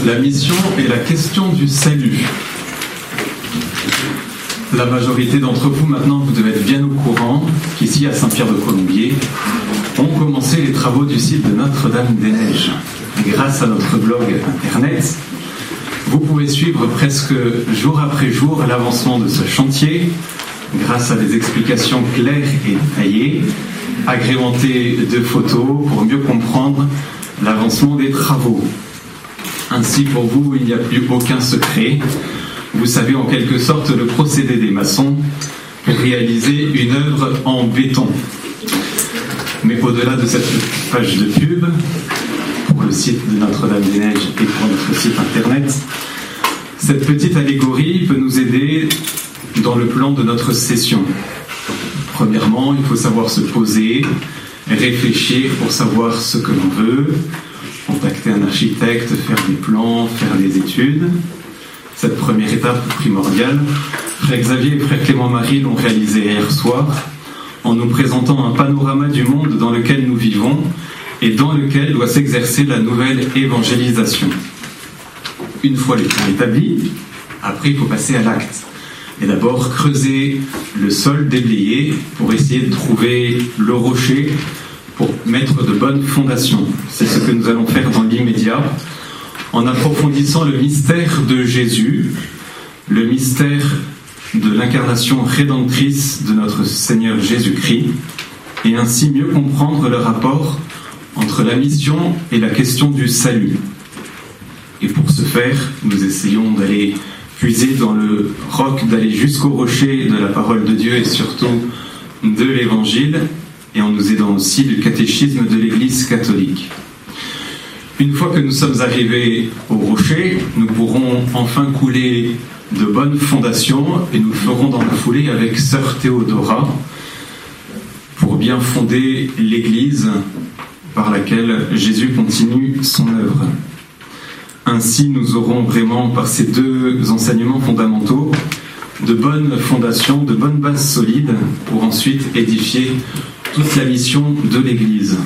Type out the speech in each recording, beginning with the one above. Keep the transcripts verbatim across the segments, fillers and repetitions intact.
La mission et la question du salut. La majorité d'entre vous, maintenant, vous devez être bien au courant qu'ici, à Saint-Pierre-de-Colombier, ont commencé les travaux du site de Notre-Dame-des-Neiges. Grâce à notre blog Internet, vous pouvez suivre presque jour après jour l'avancement de ce chantier, grâce à des explications claires et détaillées, agrémentées de photos pour mieux comprendre l'avancement des travaux. Ainsi, pour vous, il n'y a plus aucun secret. Vous savez en quelque sorte le procédé des maçons pour réaliser une œuvre en béton. Mais au-delà de cette page de pub, pour le site de Notre-Dame-des-Neiges et pour notre site internet, cette petite allégorie peut nous aider dans le plan de notre session. Premièrement, il faut savoir se poser, réfléchir pour savoir ce que l'on veut, contacter un architecte, faire des plans, faire des études. Cette première étape primordiale, Frère Xavier et Frère Clément-Marie l'ont réalisée hier soir en nous présentant un panorama du monde dans lequel nous vivons et dans lequel doit s'exercer la nouvelle évangélisation. Une fois les plans établis, après il faut passer à l'acte. Et d'abord creuser le sol déblayé pour essayer de trouver le rocher pour mettre de bonnes fondations. C'est ce que nous allons faire dans l'immédiat, en approfondissant le mystère de Jésus, le mystère de l'incarnation rédemptrice de notre Seigneur Jésus-Christ, et ainsi mieux comprendre le rapport entre la mission et la question du salut. Et pour ce faire, nous essayons d'aller puiser dans le roc, d'aller jusqu'au rocher de la parole de Dieu et surtout de l'Évangile, et en nous aidant aussi du catéchisme de l'Église catholique. Une fois que nous sommes arrivés au rocher, nous pourrons enfin couler de bonnes fondations et nous le ferons dans la foulée avec Sœur Théodora pour bien fonder l'Église par laquelle Jésus continue son œuvre. Ainsi, nous aurons vraiment, par ces deux enseignements fondamentaux, de bonnes fondations, de bonnes bases solides pour ensuite édifier toute la mission de l'Église.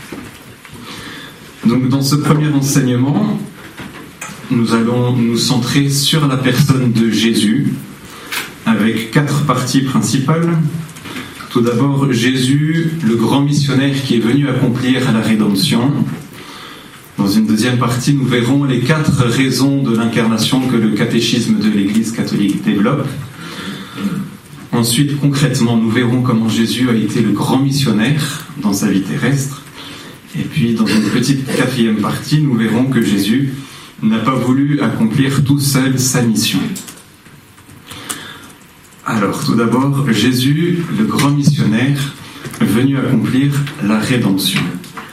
Donc, dans ce premier enseignement, nous allons nous centrer sur la personne de Jésus, avec quatre parties principales. Tout d'abord, Jésus, le grand missionnaire qui est venu accomplir la rédemption. Dans une deuxième partie, nous verrons les quatre raisons de l'incarnation que le catéchisme de l'Église catholique développe. Ensuite, concrètement, nous verrons comment Jésus a été le grand missionnaire dans sa vie terrestre. Et puis, dans une petite quatrième partie, nous verrons que Jésus n'a pas voulu accomplir tout seul sa mission. Alors, tout d'abord, Jésus, le grand missionnaire, venu accomplir la rédemption.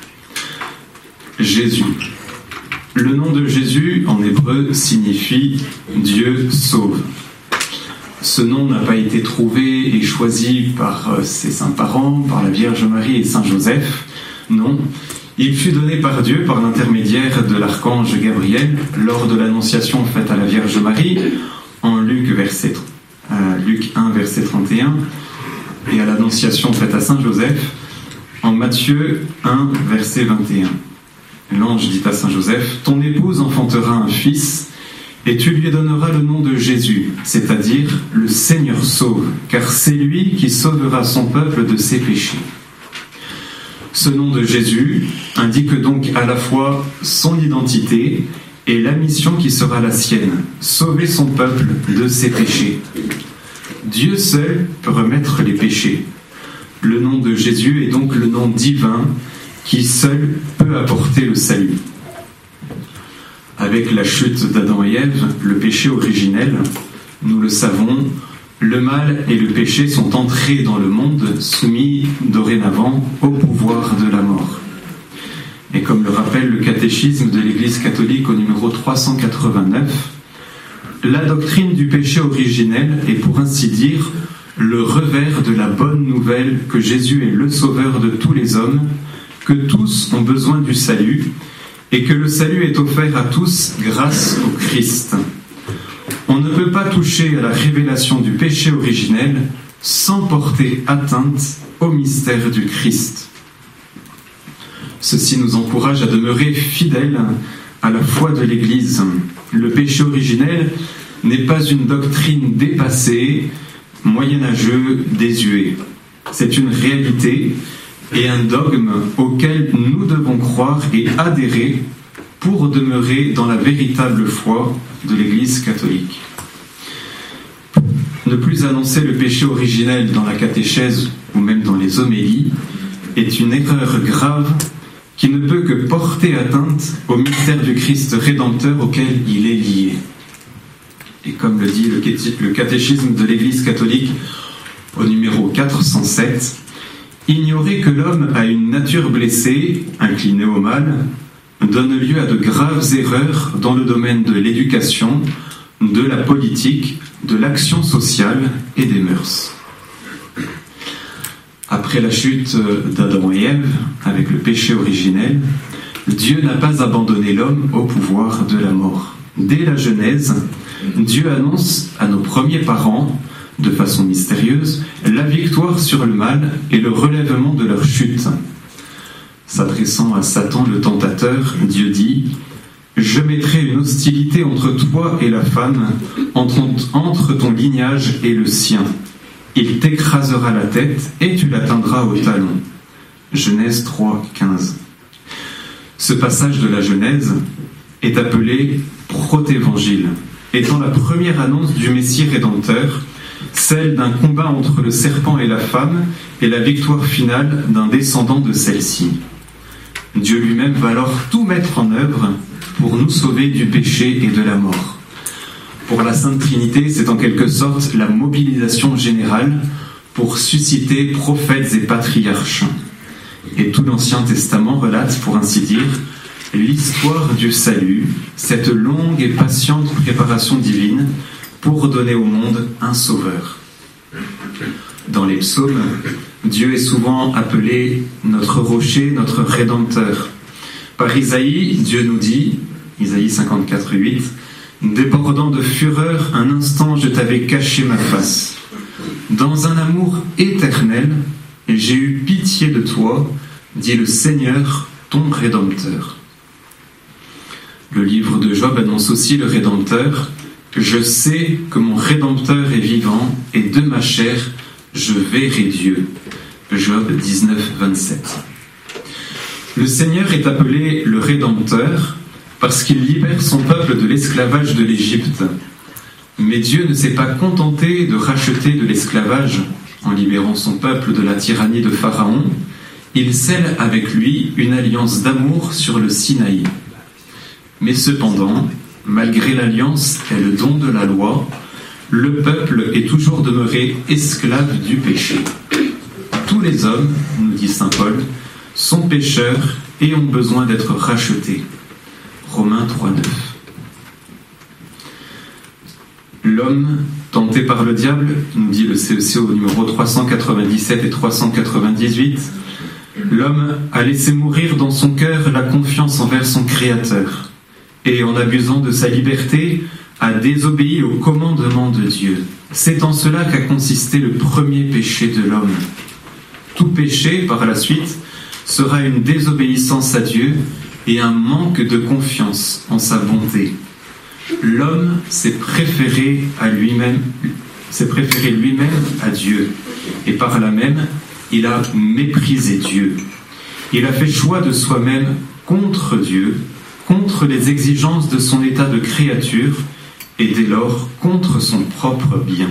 Jésus. Le nom de Jésus, en hébreu, signifie « Dieu sauve ». Ce nom n'a pas été trouvé et choisi par ses saints parents, par la Vierge Marie et Saint Joseph. Non, il fut donné par Dieu par l'intermédiaire de l'archange Gabriel lors de l'annonciation faite à la Vierge Marie en Luc, verset, euh, Luc un, verset trente et un, et à l'annonciation faite à Saint Joseph en Matthieu un, verset vingt et un. L'ange dit à Saint Joseph « Ton épouse enfantera un fils, et tu lui donneras le nom de Jésus, c'est-à-dire le Seigneur sauve, car c'est lui qui sauvera son peuple de ses péchés. » Ce nom de Jésus indique donc à la fois son identité et la mission qui sera la sienne, sauver son peuple de ses péchés. Dieu seul peut remettre les péchés. Le nom de Jésus est donc le nom divin qui seul peut apporter le salut. Avec la chute d'Adam et Ève, le péché originel, nous le savons, le mal et le péché sont entrés dans le monde, soumis dorénavant au pouvoir de la mort. Et comme le rappelle le catéchisme de l'Église catholique au numéro trois cent quatre-vingt-neuf, la doctrine du péché originel est pour ainsi dire le revers de la bonne nouvelle que Jésus est le sauveur de tous les hommes, que tous ont besoin du salut et que le salut est offert à tous grâce au Christ. On ne peut pas toucher à la révélation du péché originel sans porter atteinte au mystère du Christ. Ceci nous encourage à demeurer fidèles à la foi de l'Église. Le péché originel n'est pas une doctrine dépassée, moyenâgeux, désuet. C'est une réalité et un dogme auquel nous devons croire et adhérer pour demeurer dans la véritable foi de l'Église catholique. Ne plus annoncer le péché originel dans la catéchèse ou même dans les homélies est une erreur grave qui ne peut que porter atteinte au mystère du Christ rédempteur auquel il est lié. Et comme le dit le catéchisme de l'Église catholique au numéro quatre cent sept, ignorer que l'homme a une nature blessée, inclinée au mal, donne lieu à de graves erreurs dans le domaine de l'éducation, de la politique, de l'action sociale et des mœurs. Après la chute d'Adam et Ève, avec le péché originel, Dieu n'a pas abandonné l'homme au pouvoir de la mort. Dès la Genèse, Dieu annonce à nos premiers parents, de façon mystérieuse, la victoire sur le mal et le relèvement de leur chute. S'adressant à Satan le tentateur, Dieu dit « Je mettrai une hostilité entre toi et la femme, entre, entre ton lignage et le sien. Il t'écrasera la tête et tu l'atteindras au talon. » Genèse trois, quinze. Ce passage de la Genèse est appelé protévangile, étant la première annonce du Messie rédempteur, celle d'un combat entre le serpent et la femme et la victoire finale d'un descendant de celle-ci. Dieu lui-même va alors tout mettre en œuvre pour nous sauver du péché et de la mort. Pour la Sainte Trinité, c'est en quelque sorte la mobilisation générale pour susciter prophètes et patriarches. Et tout l'Ancien Testament relate, pour ainsi dire, l'histoire du salut, cette longue et patiente préparation divine pour donner au monde un sauveur. Dans les psaumes, Dieu est souvent appelé notre rocher, notre rédempteur. Par Isaïe, Dieu nous dit, Isaïe cinquante-quatre, huit, « Débordant de fureur, un instant je t'avais caché ma face. Dans un amour éternel, j'ai eu pitié de toi, dit le Seigneur, ton Rédempteur. » Le livre de Job annonce aussi le Rédempteur. « Je sais que mon Rédempteur est vivant, et de ma chair, je verrai Dieu. » Job dix-neuf, vingt-sept. Le Seigneur est appelé le Rédempteur parce qu'il libère son peuple de l'esclavage de l'Égypte. Mais Dieu ne s'est pas contenté de racheter de l'esclavage en libérant son peuple de la tyrannie de Pharaon. Il scelle avec lui une alliance d'amour sur le Sinaï. Mais cependant, malgré l'alliance et le don de la loi, le peuple est toujours demeuré esclave du péché. Tous les hommes, nous dit saint Paul, sont pécheurs et ont besoin d'être rachetés. Romains trois, neuf. L'homme, tenté par le diable, nous dit le C E C au numéro trois cent quatre-vingt-dix-sept et trois cent quatre-vingt-dix-huit, l'homme a laissé mourir dans son cœur la confiance envers son Créateur, et en abusant de sa liberté, a désobéi au commandement de Dieu. C'est en cela qu'a consisté le premier péché de l'homme. Tout péché, par la suite, sera une désobéissance à Dieu et un manque de confiance en sa bonté. L'homme s'est préféré à lui-même, s'est préféré lui-même à Dieu, et par là même, il a méprisé Dieu. Il a fait choix de soi-même contre Dieu, contre les exigences de son état de créature, et dès lors contre son propre bien.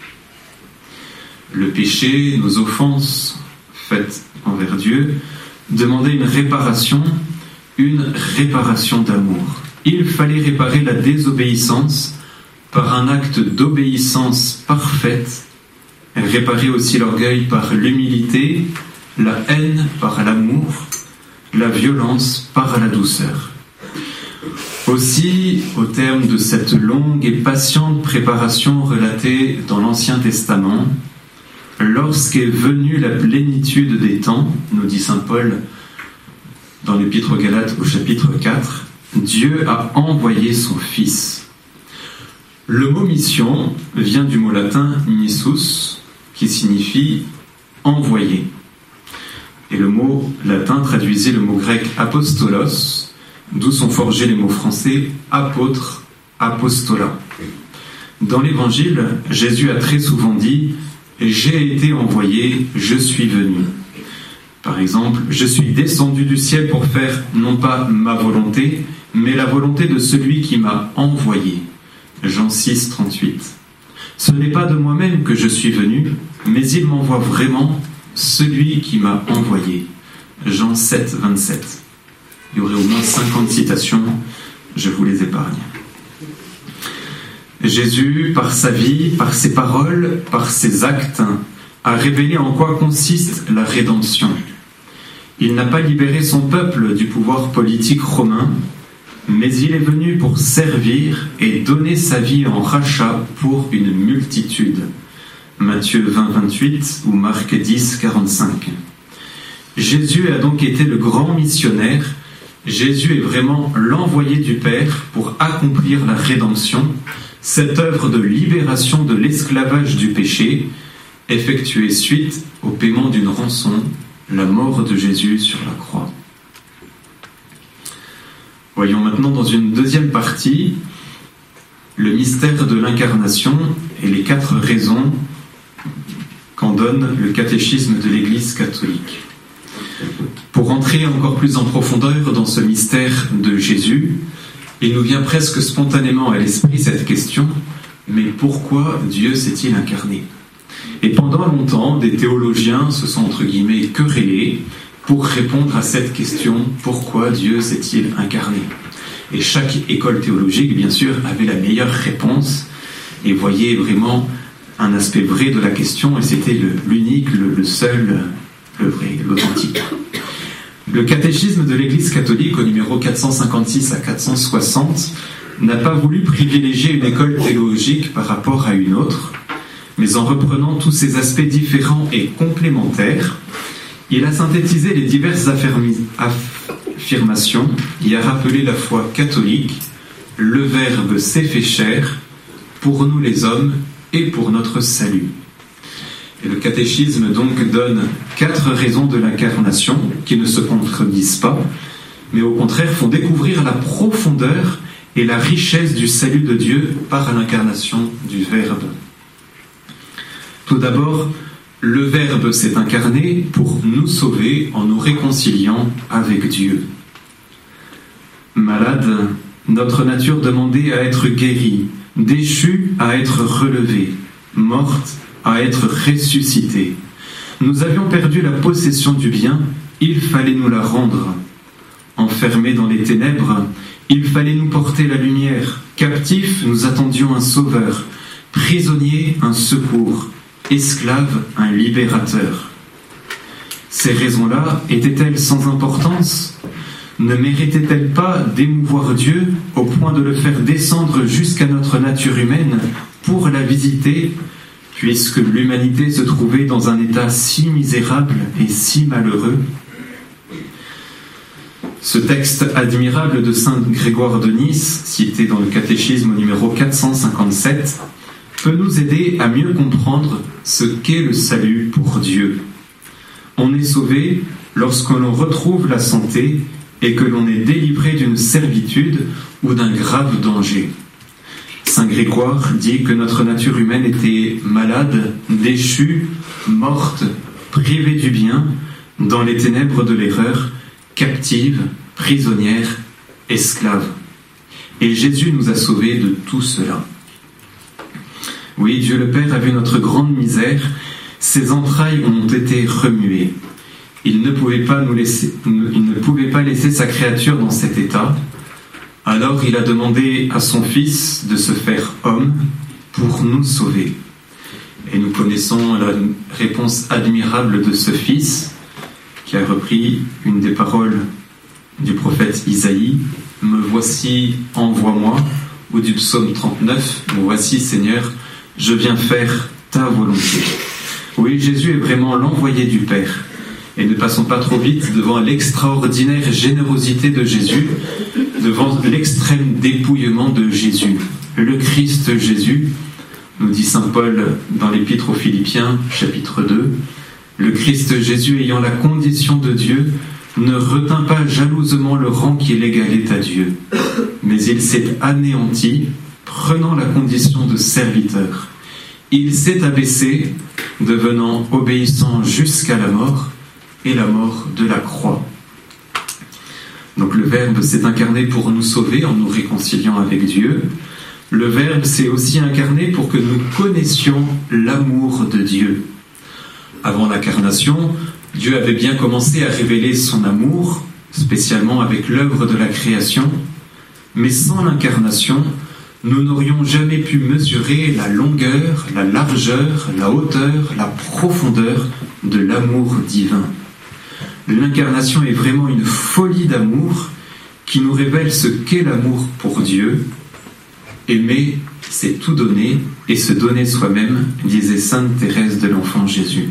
Le péché, nos offenses faites envers Dieu, demandaient une réparation, une réparation d'amour. Il fallait réparer la désobéissance par un acte d'obéissance parfaite, réparer aussi l'orgueil par l'humilité, la haine par l'amour, la violence par la douceur. Aussi, au terme de cette longue et patiente préparation relatée dans l'Ancien Testament, lorsqu'est venue la plénitude des temps, nous dit saint Paul dans l'Épître aux Galates au chapitre quatre, Dieu a envoyé son Fils. Le mot mission vient du mot latin missus, qui signifie envoyer. Et le mot latin traduisait le mot grec apostolos, d'où sont forgés les mots français apôtre, apostolat. Dans l'Évangile, Jésus a très souvent dit « J'ai été envoyé, je suis venu ». Par exemple, « Je suis descendu du ciel pour faire non pas ma volonté, mais la volonté de celui qui m'a envoyé ». Jean six, trente-huit. Ce n'est pas de moi-même que je suis venu, mais il m'envoie vraiment celui qui m'a envoyé. Jean sept, vingt-sept. Il y aurait au moins cinquante citations, je vous les épargne. Jésus, par sa vie, par ses paroles, par ses actes, a révélé en quoi consiste la rédemption. Il n'a pas libéré son peuple du pouvoir politique romain, mais il est venu pour servir et donner sa vie en rachat pour une multitude. Matthieu vingt, vingt-huit ou Marc dix, quarante-cinq. Jésus a donc été le grand missionnaire. Jésus est vraiment l'envoyé du Père pour accomplir la rédemption, cette œuvre de libération de l'esclavage du péché, effectuée suite au paiement d'une rançon, la mort de Jésus sur la croix. Voyons maintenant dans une deuxième partie le mystère de l'incarnation et les quatre raisons qu'en donne le catéchisme de l'Église catholique. Pour entrer encore plus en profondeur dans ce mystère de Jésus, il nous vient presque spontanément à l'esprit cette question, mais pourquoi Dieu s'est-il incarné ? Et pendant longtemps, des théologiens se sont entre guillemets querellés pour répondre à cette question, pourquoi Dieu s'est-il incarné ? Et chaque école théologique, bien sûr, avait la meilleure réponse et voyait vraiment un aspect vrai de la question, et c'était le, l'unique, le, le seul, le vrai, l'authentique. Le catéchisme de l'Église catholique, au numéro quatre cent cinquante-six à quatre cent soixante, n'a pas voulu privilégier une école théologique par rapport à une autre, mais en reprenant tous ces aspects différents et complémentaires, il a synthétisé les diverses affermi- affirmations et a rappelé la foi catholique, le Verbe s'est fait chair, pour nous les hommes et pour notre salut. Et le catéchisme donc donne quatre raisons de l'incarnation qui ne se contredisent pas, mais au contraire font découvrir la profondeur et la richesse du salut de Dieu par l'incarnation du Verbe. Tout d'abord, le Verbe s'est incarné pour nous sauver en nous réconciliant avec Dieu. Malade, notre nature demandait à être guérie, déchue à être relevée, morte à être ressuscitée. Nous avions perdu la possession du bien, il fallait nous la rendre. Enfermés dans les ténèbres, il fallait nous porter la lumière. Captifs, nous attendions un sauveur. Prisonniers, un secours. Esclaves, un libérateur. Ces raisons-là étaient-elles sans importance ? Ne méritaient-elles pas d'émouvoir Dieu au point de le faire descendre jusqu'à notre nature humaine pour la visiter, puisque l'humanité se trouvait dans un état si misérable et si malheureux ? Ce texte admirable de saint Grégoire de Nice, cité dans le catéchisme au numéro quatre cent cinquante-sept, peut nous aider à mieux comprendre ce qu'est le salut pour Dieu. On est sauvé lorsque l'on retrouve la santé et que l'on est délivré d'une servitude ou d'un grave danger. Saint Grégoire dit que notre nature humaine était malade, déchue, morte, privée du bien, dans les ténèbres de l'erreur, captive, prisonnière, esclave. Et Jésus nous a sauvés de tout cela. Oui, Dieu le Père a vu notre grande misère, ses entrailles ont été remuées. Il ne pouvait pas nous laisser, il ne pouvait pas laisser sa créature dans cet état. Alors il a demandé à son Fils de se faire homme pour nous sauver. Et nous connaissons la réponse admirable de ce Fils qui a repris une des paroles du prophète Isaïe, « Me voici, envoie-moi » ou du psaume trente-neuf, « Me voici Seigneur, je viens faire ta volonté ». Oui, Jésus est vraiment l'envoyé du Père. Et ne passons pas trop vite devant l'extraordinaire générosité de Jésus, devant l'extrême dépouillement de Jésus. Le Christ Jésus, nous dit saint Paul dans l'Épître aux Philippiens, chapitre deux, le Christ Jésus ayant la condition de Dieu, ne retint pas jalousement le rang qui l'égalait à Dieu, mais il s'est anéanti, prenant la condition de serviteur. Il s'est abaissé, devenant obéissant jusqu'à la mort, et la mort de la croix. Donc le Verbe s'est incarné pour nous sauver en nous réconciliant avec Dieu. Le Verbe s'est aussi incarné pour que nous connaissions l'amour de Dieu. Avant l'incarnation, Dieu avait bien commencé à révéler son amour, spécialement avec l'œuvre de la création, mais sans l'incarnation, nous n'aurions jamais pu mesurer la longueur, la largeur, la hauteur, la profondeur de l'amour divin. L'incarnation est vraiment une folie d'amour qui nous révèle ce qu'est l'amour pour Dieu. Aimer, c'est tout donner et se donner soi-même, disait sainte Thérèse de l'Enfant Jésus.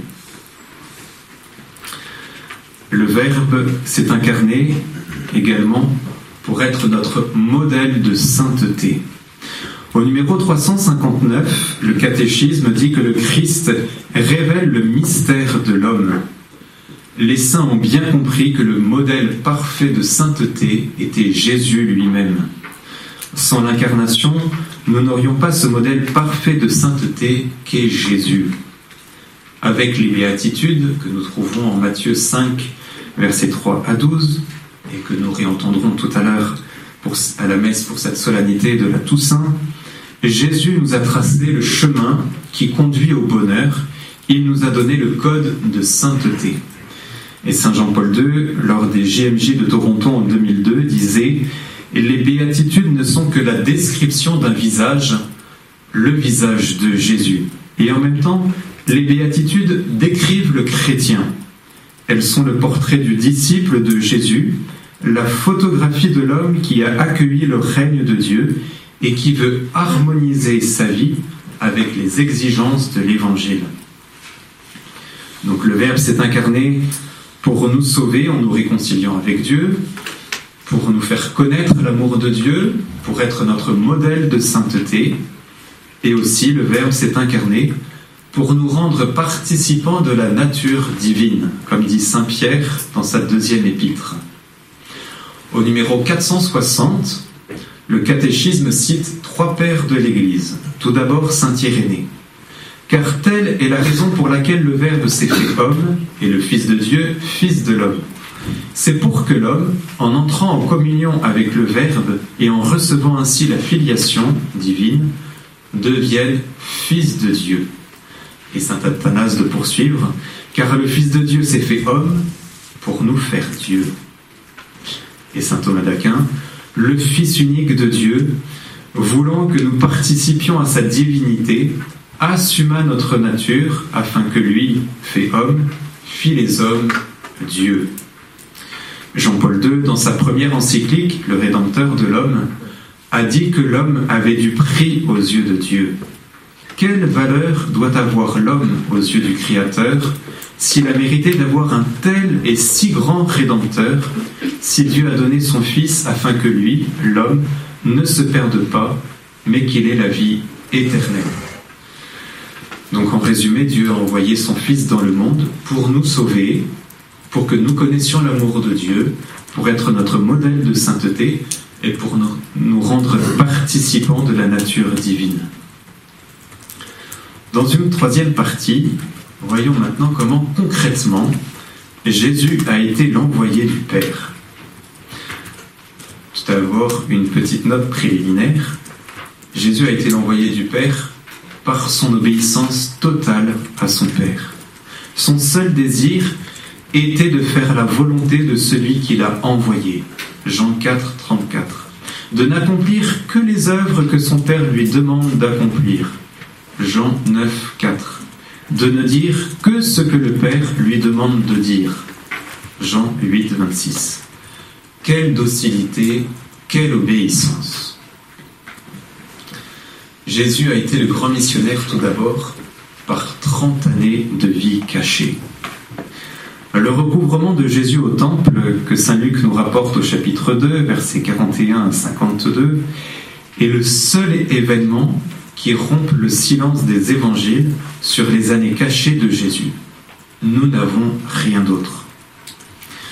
Le Verbe s'est incarné également pour être notre modèle de sainteté. Au numéro trois cent cinquante-neuf, le catéchisme dit que le Christ révèle le mystère de l'homme. Les saints ont bien compris que le modèle parfait de sainteté était Jésus lui-même. Sans l'incarnation, nous n'aurions pas ce modèle parfait de sainteté qu'est Jésus. Avec les béatitudes que nous trouvons en Matthieu cinq, versets trois à douze, et que nous réentendrons tout à l'heure pour, à la messe pour cette solennité de la Toussaint, Jésus nous a tracé le chemin qui conduit au bonheur. Il nous a donné le code de sainteté. Et saint Jean-Paul deux, lors des J M J de Toronto en deux mille deux, disait « Les béatitudes ne sont que la description d'un visage, le visage de Jésus. Et en même temps, les béatitudes décrivent le chrétien. Elles sont le portrait du disciple de Jésus, la photographie de l'homme qui a accueilli le règne de Dieu et qui veut harmoniser sa vie avec les exigences de l'Évangile. » Donc le Verbe s'est incarné pour nous sauver en nous réconciliant avec Dieu, pour nous faire connaître l'amour de Dieu, pour être notre modèle de sainteté, et aussi le Verbe s'est incarné pour nous rendre participants de la nature divine, comme dit saint Pierre dans sa deuxième épître. Au numéro quatre cent soixante, le catéchisme cite trois pères de l'Église. Tout d'abord saint Irénée. Car telle est la raison pour laquelle le Verbe s'est fait homme et le Fils de Dieu, Fils de l'homme. C'est pour que l'homme, en entrant en communion avec le Verbe et en recevant ainsi la filiation divine, devienne Fils de Dieu. Et saint Athanase de poursuivre, car le Fils de Dieu s'est fait homme pour nous faire Dieu. Et saint Thomas d'Aquin, le Fils unique de Dieu, voulant que nous participions à sa divinité, assuma notre nature afin que lui, fait homme, fit les hommes Dieu. Jean-Paul deux, dans sa première encyclique, le Rédempteur de l'homme, a dit que l'homme avait du prix aux yeux de Dieu. Quelle valeur doit avoir l'homme aux yeux du Créateur s'il a mérité d'avoir un tel et si grand Rédempteur, si Dieu a donné son Fils afin que lui, l'homme, ne se perde pas, mais qu'il ait la vie éternelle. Donc en résumé, Dieu a envoyé son Fils dans le monde pour nous sauver, pour que nous connaissions l'amour de Dieu, pour être notre modèle de sainteté et pour nous, nous rendre participants de la nature divine. Dans une troisième partie, voyons maintenant comment concrètement Jésus a été l'envoyé du Père. Tout d'abord, une petite note préliminaire. Jésus a été l'envoyé du Père par son obéissance totale à son Père. Son seul désir était de faire la volonté de celui qui l'a envoyé. Jean quatre, trente-quatre. De n'accomplir que les œuvres que son Père lui demande d'accomplir. Jean neuf, quatre. De ne dire que ce que le Père lui demande de dire. Jean huit, vingt-six. Quelle docilité, quelle obéissance. Jésus a été le grand missionnaire tout d'abord par trente années de vie cachée. Le recouvrement de Jésus au temple que saint Luc nous rapporte au chapitre deux, versets quarante et un à cinquante-deux, est le seul événement qui rompt le silence des évangiles sur les années cachées de Jésus. Nous n'avons rien d'autre.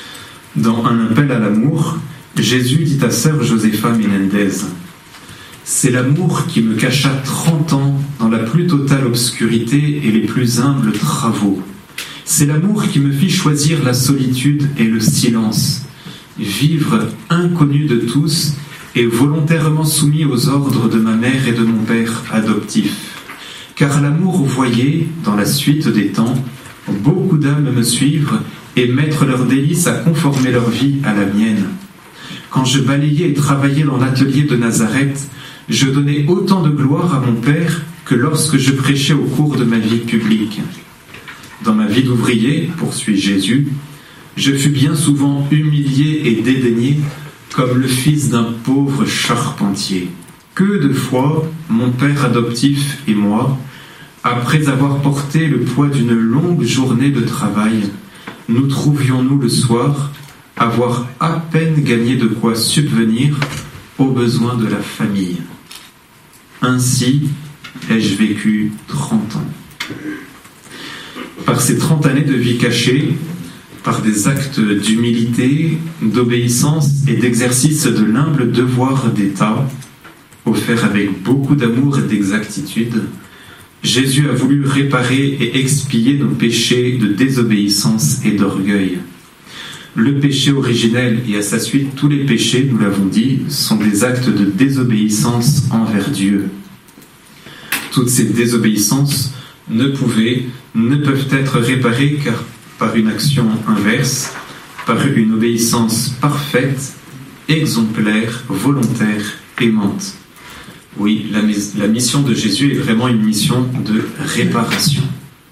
Dans un appel à l'amour, Jésus dit à sœur Josefa Menendez: « C'est l'amour qui me cacha trente ans dans la plus totale obscurité et les plus humbles travaux. C'est l'amour qui me fit choisir la solitude et le silence, vivre inconnu de tous et volontairement soumis aux ordres de ma mère et de mon père adoptif. Car l'amour voyait, dans la suite des temps, beaucoup d'âmes me suivre et mettre leur délice à conformer leur vie à la mienne. Quand je balayais et travaillais dans l'atelier de Nazareth, je donnais autant de gloire à mon Père que lorsque je prêchais au cours de ma vie publique. Dans ma vie d'ouvrier, poursuit Jésus, je fus bien souvent humilié et dédaigné comme le fils d'un pauvre charpentier. Que de fois, mon père adoptif et moi, après avoir porté le poids d'une longue journée de travail, nous trouvions-nous le soir avoir à peine gagné de quoi subvenir aux besoins de la famille. Ainsi ai-je vécu trente ans. Par ces trente années de vie cachée, par des actes d'humilité, d'obéissance et d'exercice de l'humble devoir d'État, offert avec beaucoup d'amour et d'exactitude, Jésus a voulu réparer et expier nos péchés de désobéissance et d'orgueil. Le péché originel et à sa suite tous les péchés, nous l'avons dit, sont des actes de désobéissance envers Dieu. Toutes ces désobéissances ne pouvaient, ne peuvent être réparées car par une action inverse, par une obéissance parfaite, exemplaire, volontaire, aimante. Oui, la, la mission de Jésus est vraiment une mission de réparation.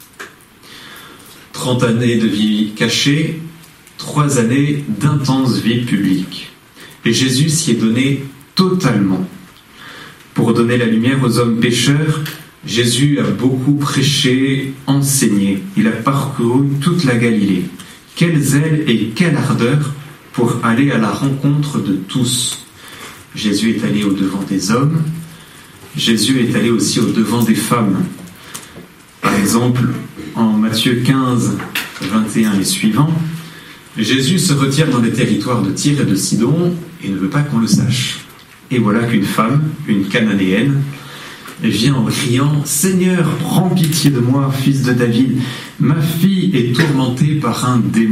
Trente années de vie cachée, trois années d'intense vie publique. Et Jésus s'y est donné totalement. Pour donner la lumière aux hommes pécheurs, Jésus a beaucoup prêché, enseigné. Il a parcouru toute la Galilée. Quel zèle et quelle ardeur pour aller à la rencontre de tous. Jésus est allé au-devant des hommes. Jésus est allé aussi au-devant des femmes. Par exemple, en Matthieu quinze, vingt et un et suivants, Jésus se retire dans les territoires de Tyr et de Sidon et ne veut pas qu'on le sache. Et voilà qu'une femme, une cananéenne, vient en criant « Seigneur, prends pitié de moi, fils de David, ma fille est tourmentée par un démon. »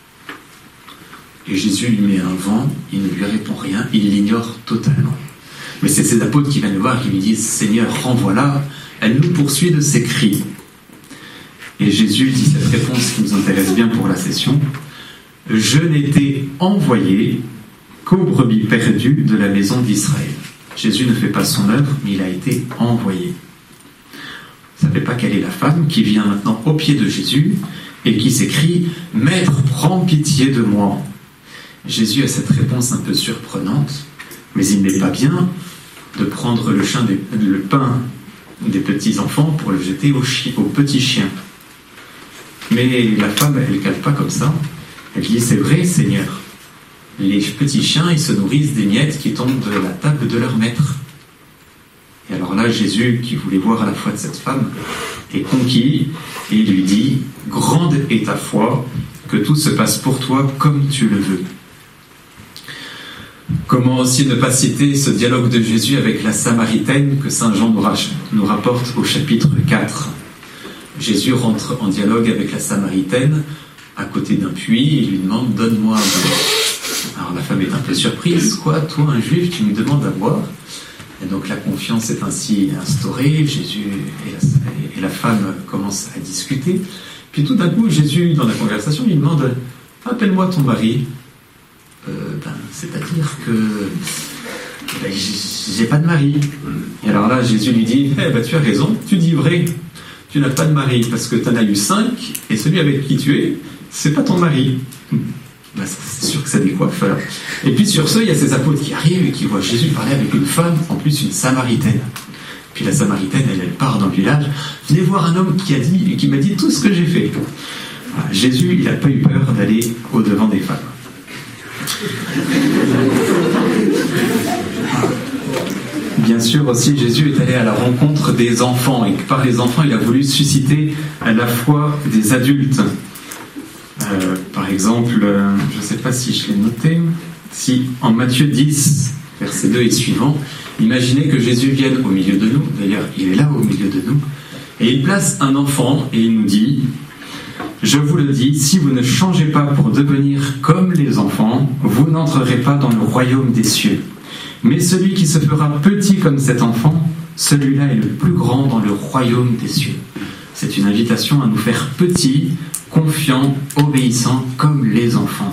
Et Jésus lui met un vent, il ne lui répond rien, il l'ignore totalement. Mais c'est ses apôtres qui viennent le voir, qui lui disent « Seigneur, renvoie-la, elle nous poursuit de ses cris. » Et Jésus dit cette réponse qui nous intéresse bien pour la session. « Je n'étais envoyé qu'aux brebis perdues de la maison d'Israël. » Jésus ne fait pas son œuvre, mais il a été envoyé. Vous ne savez pas quelle est la femme qui vient maintenant au pied de Jésus et qui s'écrie « Maître, prends pitié de moi !» Jésus a cette réponse un peu surprenante, mais il n'est pas bien de prendre le, chien des, le pain des petits-enfants pour le jeter aux, chi, aux petits chiens. Mais la femme, elle ne cale pas comme ça. Elle dit « C'est vrai, Seigneur. Les petits chiens, ils se nourrissent des miettes qui tombent de la table de leur maître. » Et alors là, Jésus, qui voulait voir à la foi de cette femme, est conquis et il lui dit « Grande est ta foi, que tout se passe pour toi comme tu le veux. » Comment aussi ne pas citer ce dialogue de Jésus avec la Samaritaine que saint Jean nous rapporte au chapitre quatre. Jésus rentre en dialogue avec la Samaritaine à côté d'un puits et lui demande « Donne-moi à boire ». Alors la femme est un peu surprise. « Quoi, toi, un juif, tu me demandes à boire ?» Et donc la confiance est ainsi instaurée. Jésus et la, et la femme commencent à discuter. Puis tout d'un coup, Jésus, dans la conversation, lui demande « Appelle-moi ton mari. » Euh, ben, c'est-à-dire que ben, j'ai pas de mari. Et alors là, Jésus lui dit eh ben, tu as raison, tu dis vrai, tu n'as pas de mari parce que tu en as eu cinq et celui avec qui tu es, c'est pas ton mari. Ben, c'est sûr que ça décoiffe. Alors. Et puis sur ce, il y a ces apôtres qui arrivent et qui voient Jésus parler avec une femme, en plus une Samaritaine. Puis la Samaritaine, elle, elle part dans le village. Venez voir un homme qui a dit, qui m'a dit tout ce que j'ai fait. Voilà, Jésus, il n'a pas eu peur d'aller au-devant des femmes. Bien sûr aussi Jésus est allé à la rencontre des enfants et que par les enfants il a voulu susciter à la foi des adultes. Euh, par Par exemple, euh, je ne sais pas si je l'ai noté, si en Matthieu dix, verset deux et suivant, imaginez que Jésus vienne au milieu de nous, d'ailleurs il est là au milieu de nous, et il place un enfant et il nous dit « Je vous le dis, si vous ne changez pas pour devenir comme les enfants, vous n'entrerez pas dans le royaume des cieux. Mais celui qui se fera petit comme cet enfant, celui-là est le plus grand dans le royaume des cieux. » C'est une invitation à nous faire petits, confiants, obéissants comme les enfants.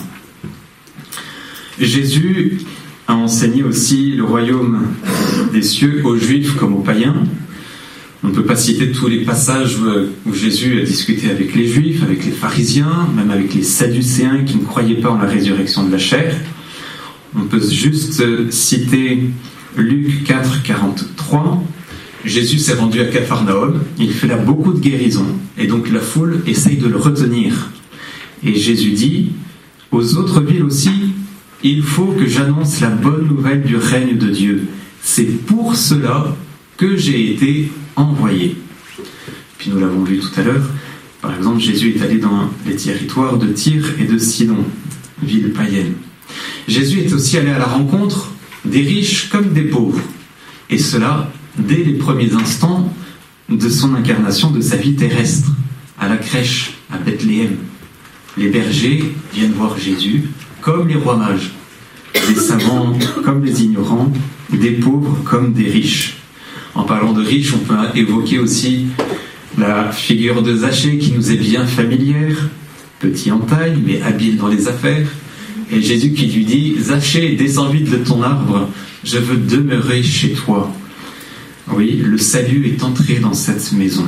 Jésus a enseigné aussi le royaume des cieux aux Juifs comme aux païens. On ne peut pas citer tous les passages où Jésus a discuté avec les Juifs, avec les pharisiens, même avec les sadducéens qui ne croyaient pas en la résurrection de la chair. On peut juste citer Luc quatre, quarante-trois. Jésus s'est rendu à Capharnaüm, il fait là beaucoup de guérisons, et donc la foule essaye de le retenir. Et Jésus dit, aux autres villes aussi, il faut que j'annonce la bonne nouvelle du règne de Dieu. C'est pour cela que j'ai été envoyé. Puis nous l'avons vu tout à l'heure, par exemple, Jésus est allé dans les territoires de Tyr et de Sidon, villes païennes. Jésus est aussi allé à la rencontre des riches comme des pauvres, et cela dès les premiers instants de son incarnation, de sa vie terrestre, à la crèche, à Bethléem. Les bergers viennent voir Jésus comme les rois mages, des savants comme les ignorants, des pauvres comme des riches. En parlant de riches, on peut évoquer aussi la figure de Zachée qui nous est bien familière, petit en taille mais habile dans les affaires, et Jésus qui lui dit « Zachée, descends vite de ton arbre, je veux demeurer chez toi ». Oui, le salut est entré dans cette maison.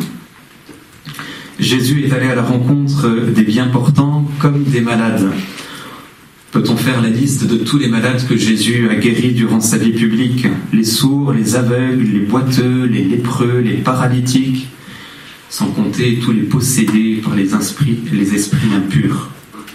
Jésus est allé à la rencontre des bien portants comme des malades. Peut-on faire la liste de tous les malades que Jésus a guéris durant sa vie publique? Les sourds, les aveugles, les boiteux, les lépreux, les paralytiques, sans compter tous les possédés par les esprits, les esprits impurs.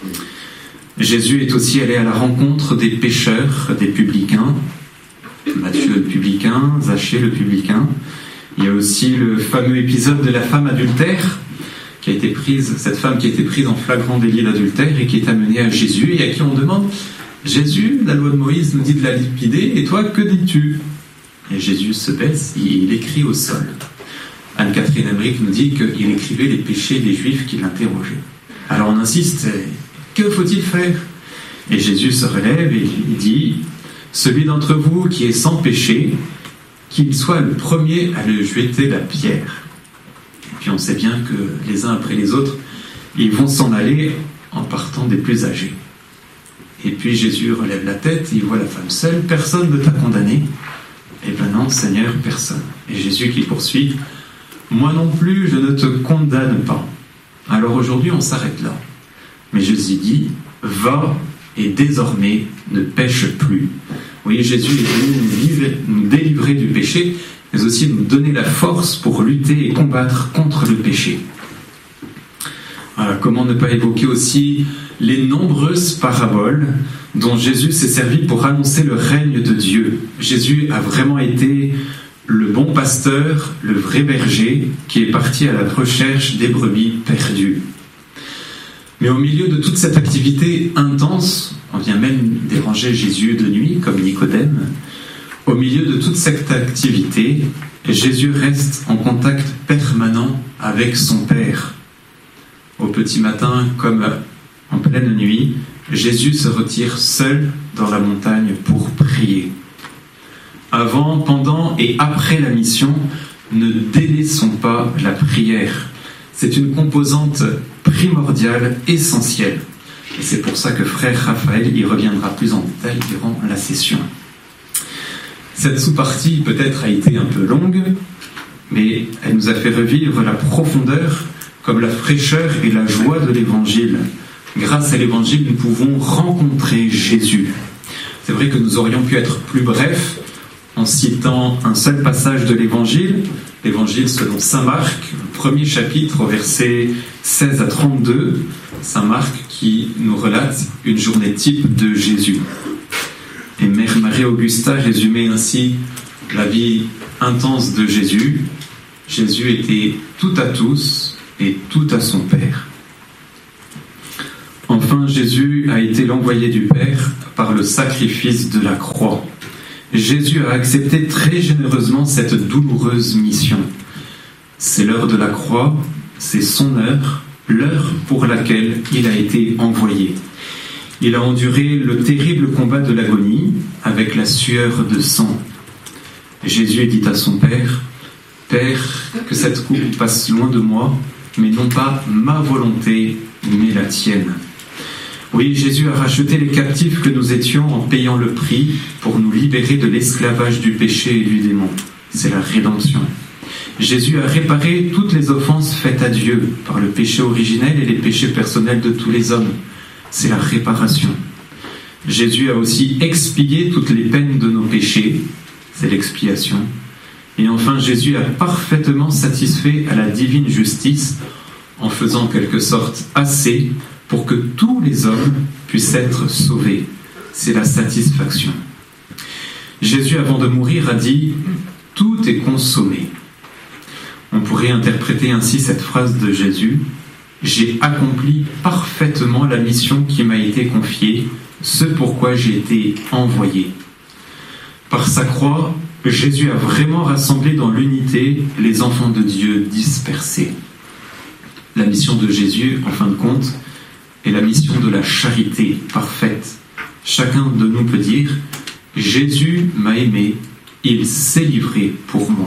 Jésus est aussi allé à la rencontre des pécheurs, des publicains, Matthieu le publicain, Zachée le publicain. Il y a aussi le fameux épisode de la femme adultère, qui a été prise, cette femme qui a été prise en flagrant délit d'adultère et qui est amenée à Jésus et à qui on demande « Jésus, la loi de Moïse nous dit de la lapider, et toi, que dis-tu » Et Jésus se baisse, il écrit au sol. Anne-Catherine Emmerich nous dit qu'il écrivait les péchés des Juifs qui l'interrogeaient. Alors on insiste, que faut-il faire? Et Jésus se relève et il dit « Celui d'entre vous qui est sans péché, qu'il soit le premier à lui jeter la pierre. » Et puis on sait bien que les uns après les autres, ils vont s'en aller en partant des plus âgés. Et puis Jésus relève la tête, il voit la femme seule, personne ne t'a condamné. Et ben non, Seigneur, personne. Et Jésus qui poursuit, moi non plus, je ne te condamne pas. Alors aujourd'hui, on s'arrête là. Mais Jésus dit, va et désormais ne pêche plus. Vous voyez, Jésus est venu nous, livrer, nous délivrer du péché, mais aussi nous donner la force pour lutter et combattre contre le péché. Voilà, comment ne pas évoquer aussi les nombreuses paraboles dont Jésus s'est servi pour annoncer le règne de Dieu. Jésus a vraiment été le bon pasteur, le vrai berger, qui est parti à la recherche des brebis perdues. Mais au milieu de toute cette activité intense, on vient même déranger Jésus de nuit, comme Nicodème, au milieu de toute cette activité, Jésus reste en contact permanent avec son Père. Au petit matin, comme en pleine nuit, Jésus se retire seul dans la montagne pour prier. Avant, pendant et après la mission, ne délaissons pas la prière. C'est une composante primordiale, essentielle. Et c'est pour ça que frère Raphaël y reviendra plus en détail durant la session. Cette sous-partie peut-être a été un peu longue, mais elle nous a fait revivre la profondeur comme la fraîcheur et la joie de l'Évangile. Grâce à l'Évangile, nous pouvons rencontrer Jésus. C'est vrai que nous aurions pu être plus brefs en citant un seul passage de l'Évangile, l'Évangile selon saint Marc, le premier chapitre, au verset seize à trente-deux, saint Marc qui nous relate une journée type de Jésus. Et Mère Marie-Augusta résumait ainsi la vie intense de Jésus. Jésus était tout à tous et tout à son Père. Enfin, Enfin, Jésus a été l'envoyé du Père par le sacrifice de la croix. Jésus a accepté très généreusement cette douloureuse mission. C'est l'heure de la croix, c'est son heure, l'heure pour laquelle il a été envoyé. Il a enduré le terrible combat de l'agonie avec la sueur de sang. Jésus dit à son Père, « Père, que cette coupe passe loin de moi, mais non pas ma volonté, mais la tienne. » Oui, Jésus a racheté les captifs que nous étions en payant le prix pour nous libérer de l'esclavage du péché et du démon. C'est la rédemption. Jésus a réparé toutes les offenses faites à Dieu par le péché originel et les péchés personnels de tous les hommes. C'est la réparation. Jésus a aussi expié toutes les peines de nos péchés. C'est l'expiation. Et enfin, Jésus a parfaitement satisfait à la divine justice en faisant en quelque sorte assez pour que tous les hommes puissent être sauvés. C'est la satisfaction. Jésus, avant de mourir, a dit « Tout est consommé ». On pourrait interpréter ainsi cette phrase de Jésus « J'ai accompli parfaitement la mission qui m'a été confiée, ce pourquoi j'ai été envoyé ». Par sa croix, Jésus a vraiment rassemblé dans l'unité les enfants de Dieu dispersés. La mission de Jésus, en fin de compte, est la mission de la charité parfaite. Chacun de nous peut dire « Jésus m'a aimé, il s'est livré pour moi ».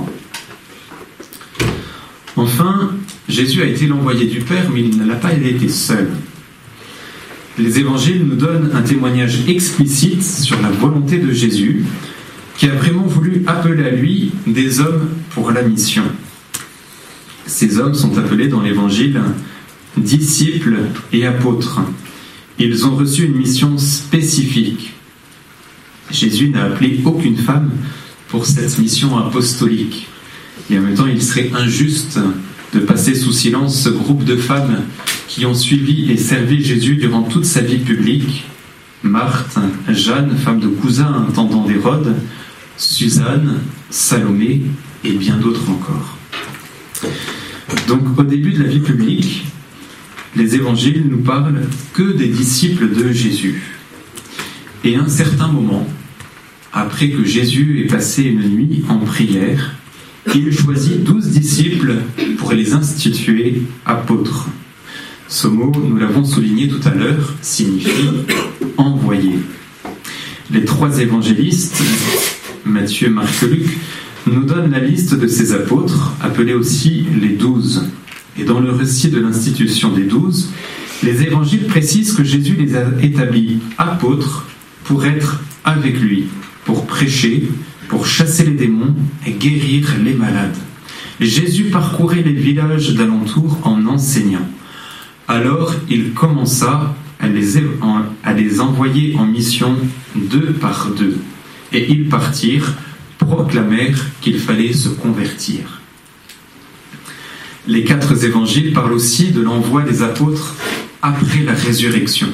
Enfin, Jésus a été l'envoyé du Père, mais il n'a pas été seul. Les évangiles nous donnent un témoignage explicite sur la volonté de Jésus, qui a vraiment voulu appeler à lui des hommes pour la mission. Ces hommes sont appelés dans l'évangile disciples et apôtres. Ils ont reçu une mission spécifique. Jésus n'a appelé aucune femme pour cette mission apostolique. Et en même temps, il serait injuste de passer sous silence ce groupe de femmes qui ont suivi et servi Jésus durant toute sa vie publique. Marthe, Jeanne, femme de cousin intendant d'Hérode, Suzanne, Salomé et bien d'autres encore. Donc, au début de la vie publique, les évangiles nous parlent que des disciples de Jésus. Et à un certain moment, après que Jésus ait passé une nuit en prière, il choisit douze disciples pour les instituer apôtres. Ce mot, nous l'avons souligné tout à l'heure, signifie « envoyer ». Les trois évangélistes, Matthieu, Marc et Luc, nous donnent la liste de ces apôtres, appelés aussi les douze. Et dans le récit de l'institution des douze, les évangiles précisent que Jésus les a établis apôtres pour être avec lui, pour prêcher, pour chasser les démons et guérir les malades. Jésus parcourait les villages d'alentour en enseignant. Alors il commença à les, à les envoyer en mission deux par deux. Et ils partirent, proclamèrent qu'il fallait se convertir. Les quatre évangiles parlent aussi de l'envoi des apôtres après la résurrection.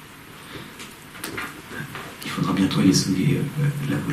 Il faudra bientôt aller souiller euh, la volée.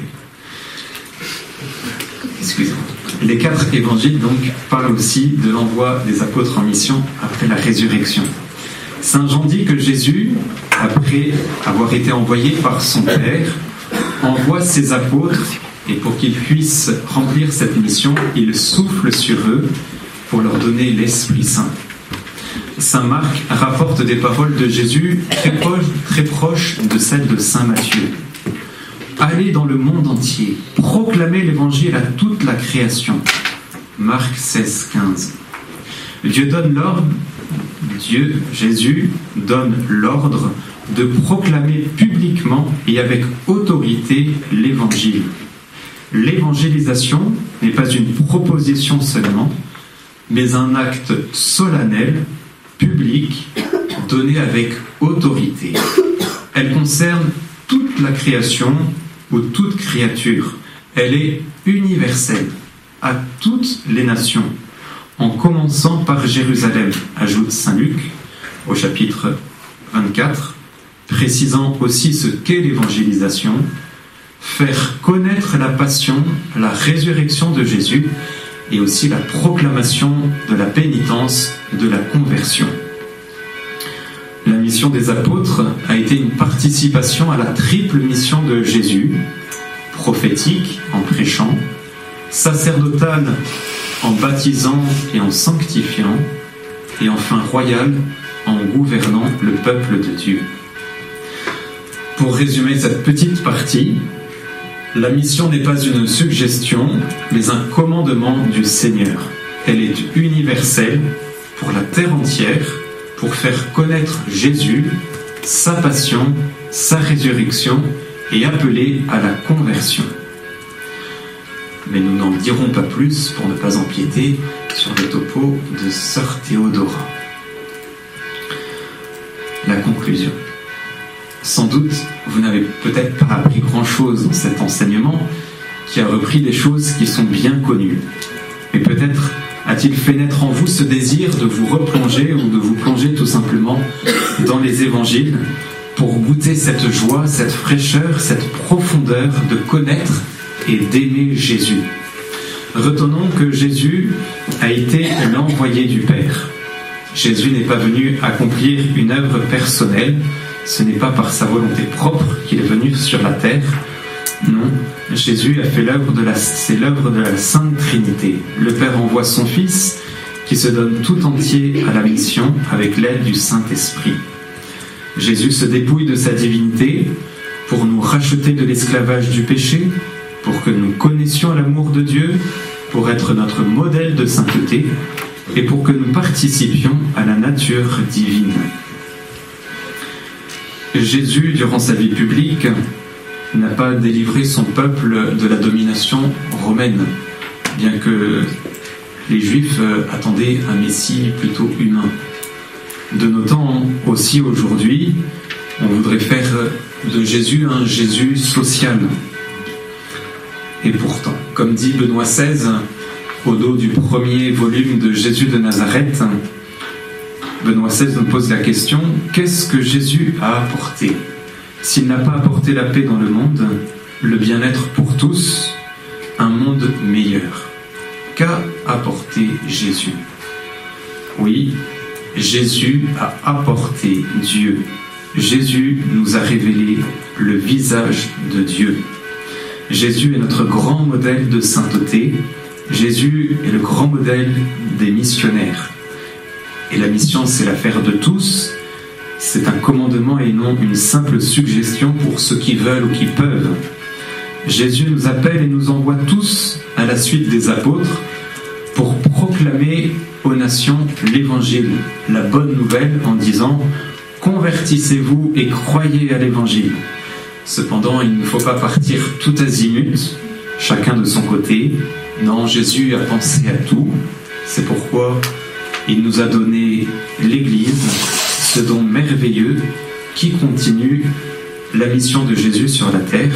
Excusez-moi. Les quatre évangiles donc parlent aussi de l'envoi des apôtres en mission après la résurrection. Saint Jean dit que Jésus, après avoir été envoyé par son Père, envoie ses apôtres et pour qu'ils puissent remplir cette mission, il souffle sur eux pour leur donner l'Esprit Saint. Saint Marc rapporte des paroles de Jésus très proches, très proches de celles de Saint Matthieu. Allez dans le monde entier, proclamez l'évangile à toute la création. Marc seize, quinze. Dieu donne l'ordre, Dieu, Jésus, donne l'ordre de proclamer publiquement et avec autorité l'évangile. L'évangélisation n'est pas une proposition seulement, mais un acte solennel, public, donné avec autorité. Elle concerne toute la création ou toute créature. Elle est universelle à toutes les nations, en commençant par Jérusalem, ajoute saint Luc au chapitre vingt-quatre, précisant aussi ce qu'est l'évangélisation, faire connaître la passion, la résurrection de Jésus et aussi la proclamation de la pénitence, de la conversion. La mission des apôtres a été une participation à la triple mission de Jésus, prophétique en prêchant, sacerdotale en baptisant et en sanctifiant, et enfin royale en gouvernant le peuple de Dieu. Pour résumer cette petite partie, la mission n'est pas une suggestion, mais un commandement du Seigneur. Elle est universelle pour la terre entière, pour faire connaître Jésus, sa passion, sa résurrection et appeler à la conversion. Mais nous n'en dirons pas plus pour ne pas empiéter sur le topo de sœur Théodora. La conclusion. Sans doute, vous n'avez peut-être pas appris grand-chose dans cet enseignement qui a repris des choses qui sont bien connues. Mais peut-être a-t-il fait naître en vous ce désir de vous replonger ou de vous plonger tout simplement dans les évangiles pour goûter cette joie, cette fraîcheur, cette profondeur de connaître et d'aimer Jésus. Retenons que Jésus a été l'envoyé du Père. Jésus n'est pas venu accomplir une œuvre personnelle, ce n'est pas par sa volonté propre qu'il est venu sur la terre. Non, Jésus a fait l'œuvre de la, c'est l'œuvre de la Sainte Trinité. Le Père envoie son Fils qui se donne tout entier à la mission avec l'aide du Saint-Esprit. Jésus se dépouille de sa divinité pour nous racheter de l'esclavage du péché, pour que nous connaissions l'amour de Dieu, pour être notre modèle de sainteté et pour que nous participions à la nature divine. Jésus, durant sa vie publique, n'a pas délivré son peuple de la domination romaine, bien que les Juifs attendaient un Messie plutôt humain. De nos temps aussi aujourd'hui, on voudrait faire de Jésus un Jésus social. Et pourtant, comme dit Benoît seize, au dos du premier volume de Jésus de Nazareth, Benoît seize nous pose la question, qu'est-ce que Jésus a apporté ? S'il n'a pas apporté la paix dans le monde, le bien-être pour tous, un monde meilleur. Qu'a apporté Jésus ? Oui, Jésus a apporté Dieu. Jésus nous a révélé le visage de Dieu. Jésus est notre grand modèle de sainteté. Jésus est le grand modèle des missionnaires. Et la mission, c'est l'affaire de tous. C'est un commandement et non une simple suggestion pour ceux qui veulent ou qui peuvent. Jésus nous appelle et nous envoie tous à la suite des apôtres pour proclamer aux nations l'évangile, la bonne nouvelle en disant « Convertissez-vous et croyez à l'évangile ». Cependant, il ne faut pas partir tout azimut, chacun de son côté. Non, Jésus a pensé à tout. C'est pourquoi il nous a donné l'Église, ce don merveilleux qui continue la mission de Jésus sur la terre.